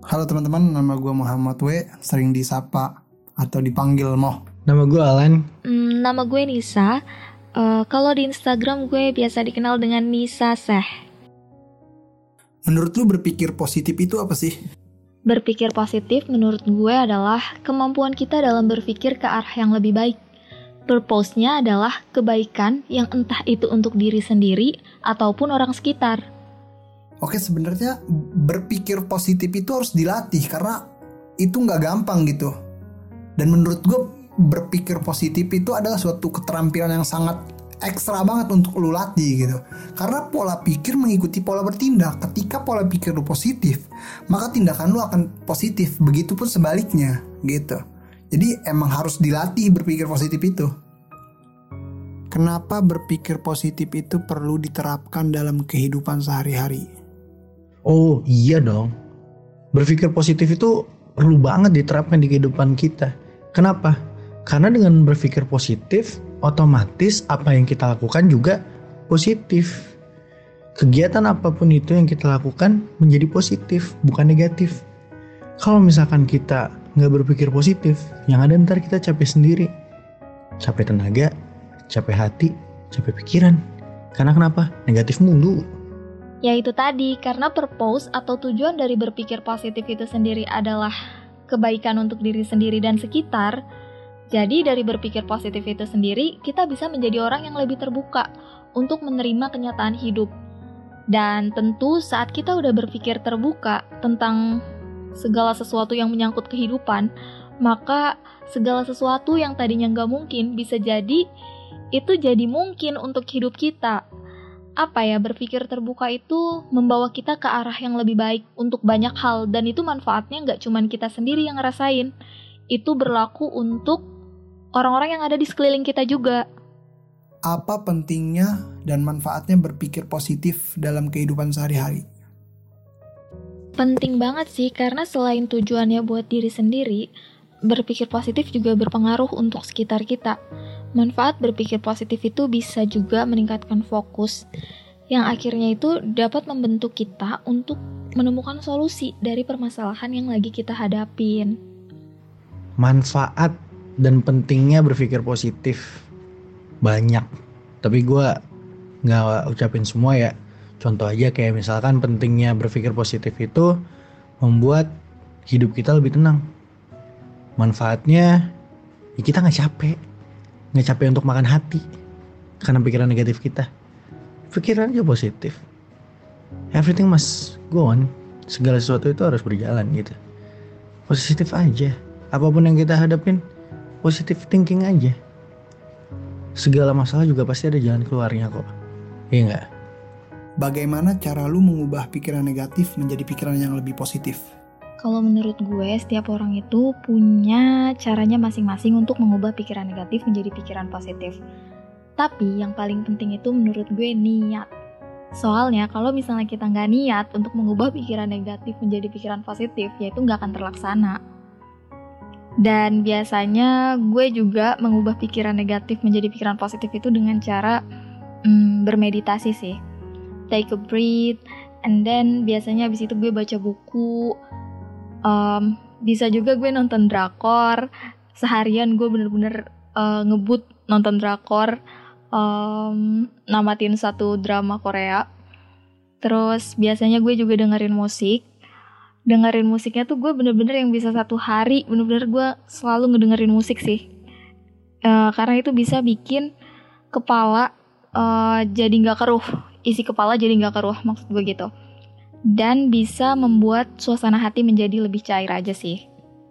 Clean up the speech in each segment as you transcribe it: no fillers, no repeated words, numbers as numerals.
Halo teman-teman, nama gue Muhammad W, sering disapa atau dipanggil Moh. Nama gue Alan. Nama gue Nisa. Kalau di Instagram gue biasa dikenal dengan Nisa Seh. Menurut lu berpikir positif itu apa sih? Berpikir positif menurut gue adalah kemampuan kita dalam berpikir ke arah yang lebih baik. Purpose-nya adalah kebaikan yang entah itu untuk diri sendiri ataupun orang sekitar. Oke, sebenarnya berpikir positif itu harus dilatih karena itu nggak gampang gitu. Dan menurut gue berpikir positif itu adalah suatu keterampilan yang sangat ekstra banget untuk lu latih gitu. Karena pola pikir mengikuti pola bertindak. Ketika pola pikir lu positif, maka tindakan lu akan positif. Begitupun sebaliknya gitu. Jadi emang harus dilatih berpikir positif itu. Kenapa berpikir positif itu perlu diterapkan dalam kehidupan sehari-hari? Oh iya dong. Berpikir positif itu perlu banget diterapkan di kehidupan kita. Kenapa? Karena dengan berpikir positif, otomatis apa yang kita lakukan juga positif. Kegiatan apapun itu yang kita lakukan menjadi positif, bukan negatif. Kalau misalkan kita nggak berpikir positif, yang ada ntar kita capek sendiri. Capek tenaga, capek hati, capek pikiran. Karena kenapa? Negatif mulu. Ya itu tadi, karena purpose atau tujuan dari berpikir positif itu sendiri adalah kebaikan untuk diri sendiri dan sekitar. Jadi dari berpikir positif itu sendiri, kita bisa menjadi orang yang lebih terbuka untuk menerima kenyataan hidup. Dan tentu saat kita udah berpikir terbuka tentang segala sesuatu yang menyangkut kehidupan, maka segala sesuatu yang tadinya nggak mungkin bisa jadi itu jadi mungkin untuk hidup kita. Berpikir terbuka itu membawa kita ke arah yang lebih baik untuk banyak hal, dan itu manfaatnya nggak cuma kita sendiri yang ngerasain, itu berlaku untuk orang-orang yang ada di sekeliling kita juga. Apa pentingnya dan manfaatnya berpikir positif dalam kehidupan sehari-hari? Penting banget sih, karena selain tujuannya buat diri sendiri, berpikir positif juga berpengaruh untuk sekitar kita. Manfaat berpikir positif itu bisa juga meningkatkan fokus, yang akhirnya itu dapat membentuk kita untuk menemukan solusi dari permasalahan yang lagi kita hadapin. Manfaat dan pentingnya berpikir positif banyak, tapi gue nggak ucapin semua ya. Contoh aja kayak misalkan pentingnya berpikir positif itu membuat hidup kita lebih tenang. Manfaatnya ya kita nggak capek untuk makan hati karena pikiran negatif kita. Pikiran aja positif, everything must go on. Segala sesuatu itu harus berjalan gitu. Positif aja, apapun yang kita hadapin, positive thinking aja. Segala masalah juga pasti ada jalan keluarnya kok. Iya gak? Bagaimana cara lu mengubah pikiran negatif menjadi pikiran yang lebih positif? Kalau menurut gue, setiap orang itu punya caranya masing-masing untuk mengubah pikiran negatif menjadi pikiran positif. Tapi yang paling penting itu menurut gue niat. Soalnya kalau misalnya kita nggak niat untuk mengubah pikiran negatif menjadi pikiran positif, ya itu nggak akan terlaksana. Dan biasanya gue juga mengubah pikiran negatif menjadi pikiran positif itu dengan cara bermeditasi sih. Take a breath, and then biasanya abis itu gue baca buku. Bisa juga gue nonton drakor. Seharian gue bener-bener ngebut nonton drakor, namatin satu drama Korea. Terus biasanya gue juga dengerin musik. Dengerin musiknya tuh gue bener-bener yang bisa satu hari bener-bener gue selalu ngedengerin musik sih. Karena itu bisa bikin kepala jadi gak keruh. Isi kepala jadi gak keruh, maksud gue gitu. Dan bisa membuat suasana hati menjadi lebih cair aja sih.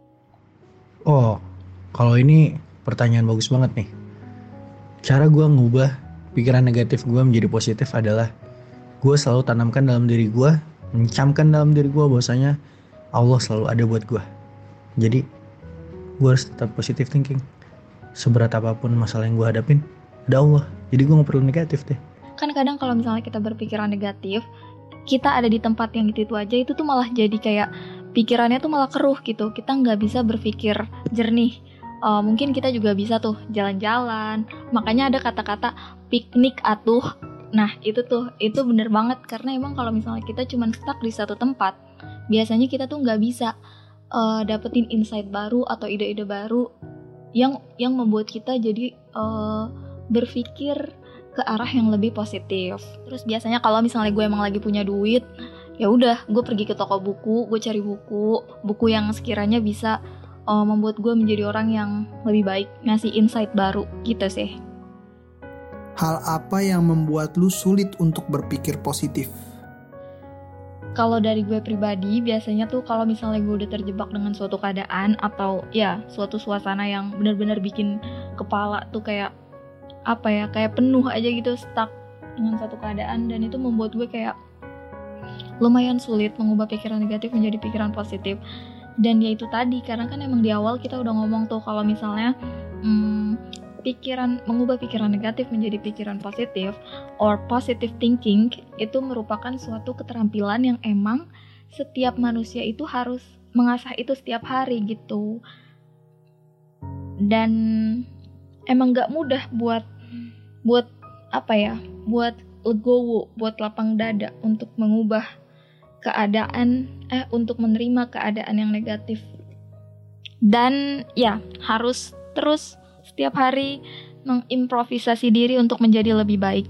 Oh, kalau ini pertanyaan bagus banget nih. Cara gue ngubah pikiran negatif gue menjadi positif adalah gue selalu tanamkan dalam diri gue, mencamkan dalam diri gue bahwasanya Allah selalu ada buat gue. Jadi gue harus tetap positive thinking. Seberat apapun masalah yang gue hadapin, ada Allah. Jadi gue gak perlu negatif deh. Kan kadang kalau misalnya kita berpikiran negatif, kita ada di tempat yang itu aja, itu tuh malah jadi kayak pikirannya tuh malah keruh gitu. Kita nggak bisa berpikir jernih. Mungkin kita juga bisa tuh jalan-jalan. Makanya ada kata-kata piknik atuh. Nah itu bener banget, karena emang kalau misalnya kita cuma stuck di satu tempat, biasanya kita tuh nggak bisa dapetin insight baru atau ide-ide baru yang membuat kita jadi berpikir ke arah yang lebih positif. Terus biasanya kalau misalnya gue emang lagi punya duit, ya udah gue pergi ke toko buku, gue cari buku yang sekiranya bisa membuat gue menjadi orang yang lebih baik, ngasih insight baru gitu sih. Hal apa yang membuat lu sulit untuk berpikir positif? Kalau dari gue pribadi, biasanya tuh kalau misalnya gue udah terjebak dengan suatu keadaan atau ya suatu suasana yang benar-benar bikin kepala tuh kayak penuh aja gitu, stuck dengan satu keadaan, dan itu membuat gue kayak lumayan sulit mengubah pikiran negatif menjadi pikiran positif. Dan ya itu tadi, karena kan emang di awal kita udah ngomong tuh kalau misalnya mengubah pikiran negatif menjadi pikiran positif or positive thinking itu merupakan suatu keterampilan yang emang setiap manusia itu harus mengasah itu setiap hari gitu. Dan emang gak mudah buat legowo, buat lapang dada untuk mengubah keadaan, untuk menerima keadaan yang negatif. Dan ya harus terus setiap hari mengimprovisasi diri untuk menjadi lebih baik.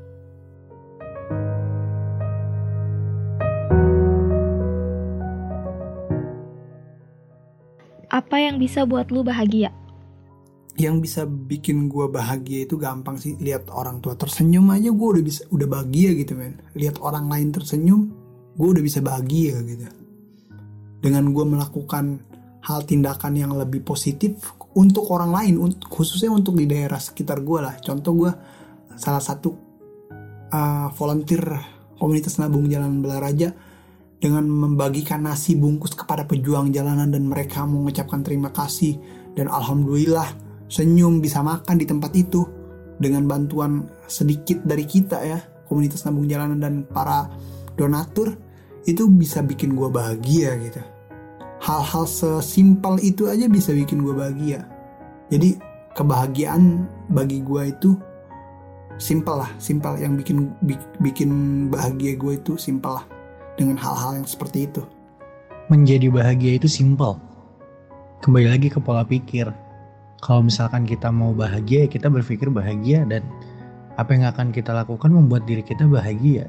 Apa yang bisa buat lu bahagia? Yang bisa bikin gue bahagia itu gampang sih. Lihat orang tua tersenyum aja gue udah bahagia gitu men. Lihat orang lain tersenyum gue udah bisa bahagia gitu. Dengan gue melakukan hal tindakan yang lebih positif untuk orang lain, khususnya untuk di daerah sekitar gue lah. Contoh gue salah satu volunteer komunitas nabung jalanan Belaraja dengan membagikan nasi bungkus kepada pejuang jalanan, dan mereka mengucapkan terima kasih dan alhamdulillah senyum bisa makan di tempat itu dengan bantuan sedikit dari kita ya, komunitas nabung jalanan dan para donatur. Itu bisa bikin gue bahagia gitu. Hal-hal sesimpel itu aja bisa bikin gue bahagia. Jadi kebahagiaan bagi gue itu simpel yang bikin bahagia gue itu simpel lah, dengan hal-hal yang seperti itu. Menjadi bahagia itu simpel. Kembali lagi ke pola pikir. Kalau misalkan kita mau bahagia, kita berpikir bahagia, dan apa yang akan kita lakukan membuat diri kita bahagia.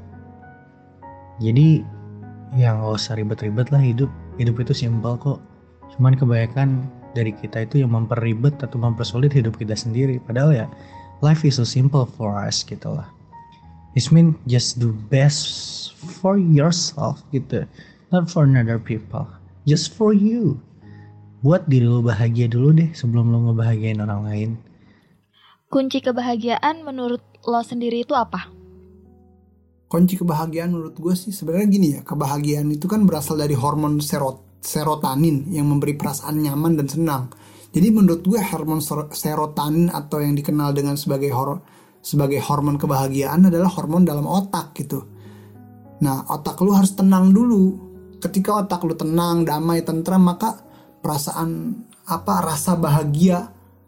Jadi ya gak usah ribet-ribet lah hidup. Hidup itu simpel kok. Cuman kebanyakan dari kita itu yang memperribet atau mempersulit hidup kita sendiri. Padahal ya life is so simple for us gitu lah. It means just do best for yourself gitu. Not for another people. Just for you. Buat diri lo bahagia dulu deh sebelum lo ngebahagiain orang lain. Kunci kebahagiaan menurut lo sendiri itu apa? Kunci kebahagiaan menurut gue sih sebenarnya gini ya. Kebahagiaan itu kan berasal dari hormon serotonin yang memberi perasaan nyaman dan senang. Jadi menurut gue hormon serotonin atau yang dikenal dengan sebagai hormon kebahagiaan adalah hormon dalam otak gitu. Nah, otak lu harus tenang dulu. Ketika otak lu tenang, damai, tentram, maka perasaan rasa bahagia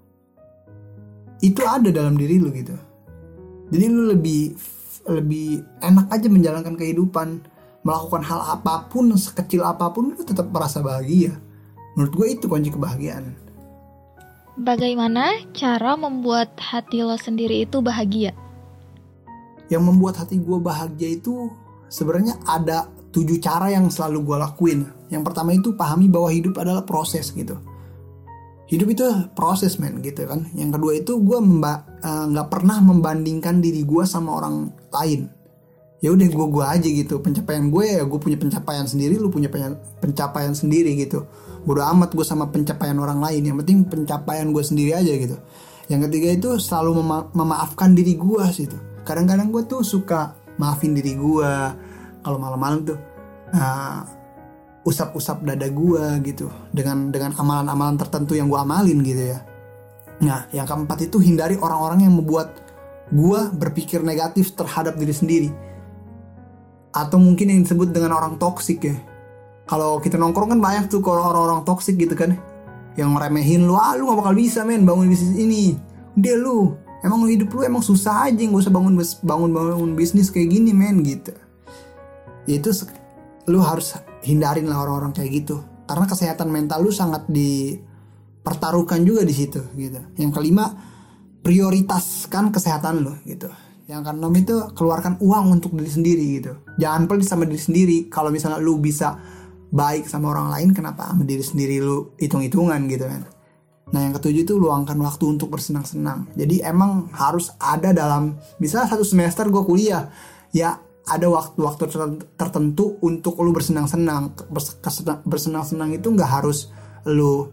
itu ada dalam diri lu gitu. Jadi lu lebih enak aja menjalankan kehidupan, melakukan hal apapun, sekecil apapun lu tetap merasa bahagia. Menurut gue itu kunci kebahagiaan. Bagaimana cara membuat hati lo sendiri itu bahagia? Yang membuat hati gue bahagia itu sebenarnya ada 7 cara yang selalu gue lakuin. Yang pertama itu pahami bahwa hidup adalah proses gitu. Hidup itu proses men gitu kan. Yang kedua itu gue gak pernah membandingkan diri gue sama orang lain. Ya udah gue aja gitu. Pencapaian gue ya gue punya pencapaian sendiri, lu punya pencapaian sendiri gitu. Bodo amat gue sama pencapaian orang lain. Yang penting pencapaian gue sendiri aja gitu. Yang ketiga itu selalu memaafkan diri gue sih tuh. Kadang-kadang gue tuh suka maafin diri gue. Kalau malam-malam tuh usap-usap dada gue gitu dengan amalan-amalan tertentu yang gue amalin gitu ya. Nah, yang keempat itu hindari orang-orang yang membuat gue berpikir negatif terhadap diri sendiri, atau mungkin yang disebut dengan orang toksik ya. Kalau kita nongkrong kan banyak tuh orang-orang toksik gitu kan, yang ngeremehin lu, lu gak bakal bisa men bangun bisnis ini, udah lu emang lu hidup lu emang susah aja, gak usah bangun bisnis kayak gini men gitu. Itu lu harus hindarin lah orang-orang kayak gitu. Karena kesehatan mental lu sangat dipertaruhkan juga di situ gitu. Yang kelima, prioritaskan kesehatan lu gitu. Yang keenam itu keluarkan uang untuk diri sendiri gitu. Jangan pelit sama diri sendiri. Kalau misalnya lu bisa baik sama orang lain, kenapa sama diri sendiri lu hitung-hitungan gitu kan. Nah yang ketujuh itu luangkan waktu untuk bersenang-senang. Jadi emang harus ada dalam, misalnya 1 semester gue kuliah, ya ada waktu-waktu tertentu untuk lu bersenang-senang. Bersenang-senang itu nggak harus lu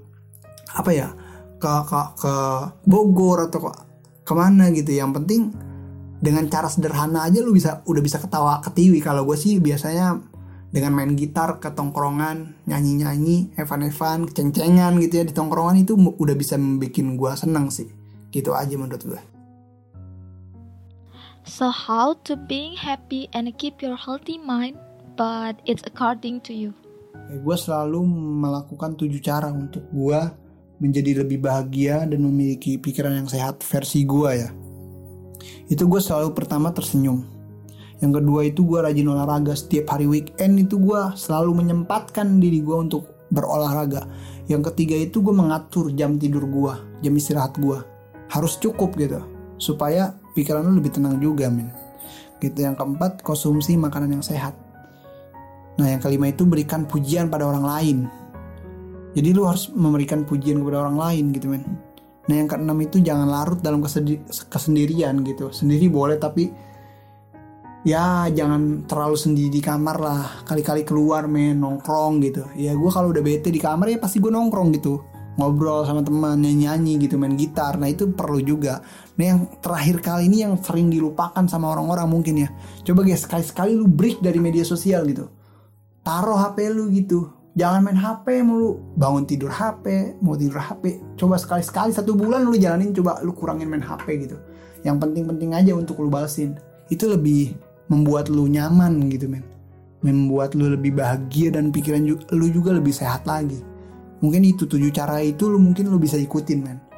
ke Bogor atau kemana gitu. Yang penting dengan cara sederhana aja lu udah bisa ketawa ketiwi. Kalau gue sih biasanya dengan main gitar ke tongkrongan, nyanyi-nyanyi, evan-evan, ceng-cengan gitu ya di tongkrongan, itu udah bisa bikin gue seneng sih. Gitu aja menurut gue. So how to being happy and keep your healthy mind, but it's according to you. Gue selalu melakukan 7 cara untuk gue menjadi lebih bahagia dan memiliki pikiran yang sehat versi gue ya. Itu gue selalu pertama tersenyum. Yang kedua itu gue rajin olahraga. Setiap hari weekend itu gue selalu menyempatkan diri gue untuk berolahraga. Yang ketiga itu gue mengatur jam tidur gue, jam istirahat gue. Harus cukup gitu, supaya pikiran lu lebih tenang juga men. Gitu. Yang keempat, konsumsi makanan yang sehat. Nah yang kelima itu berikan pujian pada orang lain. Jadi lu harus memberikan pujian kepada orang lain gitu men. Nah yang keenam itu jangan larut dalam kesendirian gitu. Sendiri boleh tapi ya jangan terlalu sendiri di kamar lah. Kali-kali keluar men, nongkrong gitu. Ya gue kalau udah bete di kamar ya pasti gue nongkrong gitu, ngobrol sama teman, nyanyi gitu, main gitar. Nah itu perlu juga. Nah yang terakhir kali ini yang sering dilupakan sama orang-orang mungkin ya, coba guys sekali-sekali lu break dari media sosial gitu. Taruh HP lu gitu. Jangan main HP mulu, bangun tidur HP, mau tidur HP. Coba sekali-sekali 1 bulan lu jalanin, coba lu kurangin main HP gitu. Yang penting-penting aja untuk lu balesin. Itu lebih membuat lu nyaman gitu men. Membuat lu lebih bahagia dan pikiran lu juga lebih sehat lagi. Mungkin itu 7 cara itu mungkin lu bisa ikutin men.